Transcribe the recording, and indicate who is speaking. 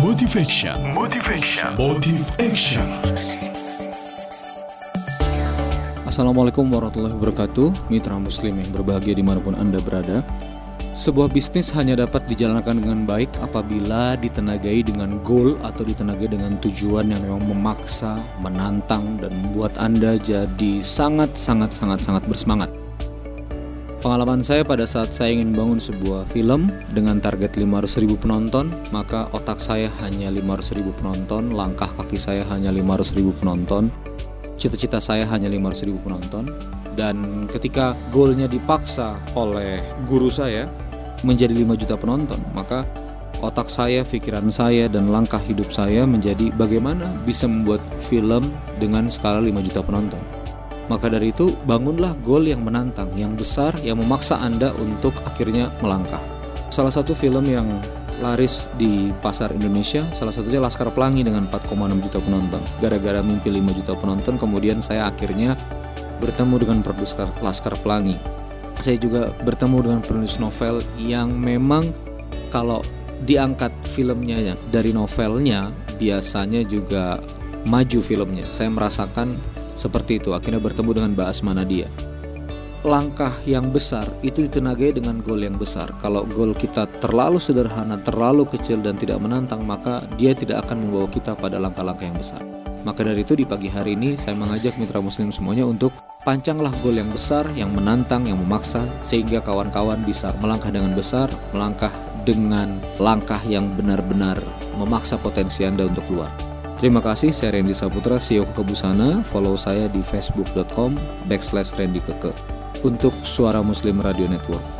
Speaker 1: Motive Action.
Speaker 2: Assalamualaikum warahmatullahi wabarakatuh. Mitra muslim yang berbahagia dimanapun Anda berada. Sebuah bisnis hanya dapat dijalankan dengan baik apabila ditenagai dengan goal atau ditenagai dengan tujuan yang memang memaksa, menantang, dan membuat Anda jadi sangat bersemangat. Pengalaman saya pada saat saya ingin bangun sebuah film dengan target 500.000 penonton, maka otak saya hanya 500.000 penonton, langkah kaki saya hanya 500.000 penonton, cita-cita saya hanya 500.000 penonton. Dan ketika goalnya dipaksa oleh guru saya menjadi 5 juta penonton, maka otak saya, pikiran saya, dan langkah hidup saya menjadi bagaimana bisa membuat film dengan skala 5 juta penonton. Maka dari itu, bangunlah goal yang menantang, yang besar, yang memaksa Anda untuk akhirnya melangkah. Salah satu film yang laris di pasar Indonesia, salah satunya Laskar Pelangi dengan 4,6 juta penonton. Gara-gara mimpi 5 juta penonton, kemudian saya akhirnya bertemu dengan produser Laskar Pelangi. Saya juga bertemu dengan penulis novel yang memang kalau diangkat filmnya dari novelnya, biasanya juga maju filmnya. Saya merasakan seperti itu, akhirnya bertemu dengan Mbak Asma Nadia. Langkah yang besar itu ditenagai dengan goal yang besar. Kalau goal kita terlalu sederhana, terlalu kecil dan tidak menantang, maka dia tidak akan membawa kita pada langkah-langkah yang besar. Maka dari itu di pagi hari ini saya mengajak mitra muslim semuanya untuk pancanglah goal yang besar, yang menantang, yang memaksa, sehingga kawan-kawan bisa melangkah dengan besar, melangkah dengan langkah yang benar-benar memaksa potensi Anda untuk keluar. Terima kasih, saya Randy Saputra, CEO Keke Busana. Follow saya di facebook.com/RandyKeke untuk Suara Muslim Radio Network.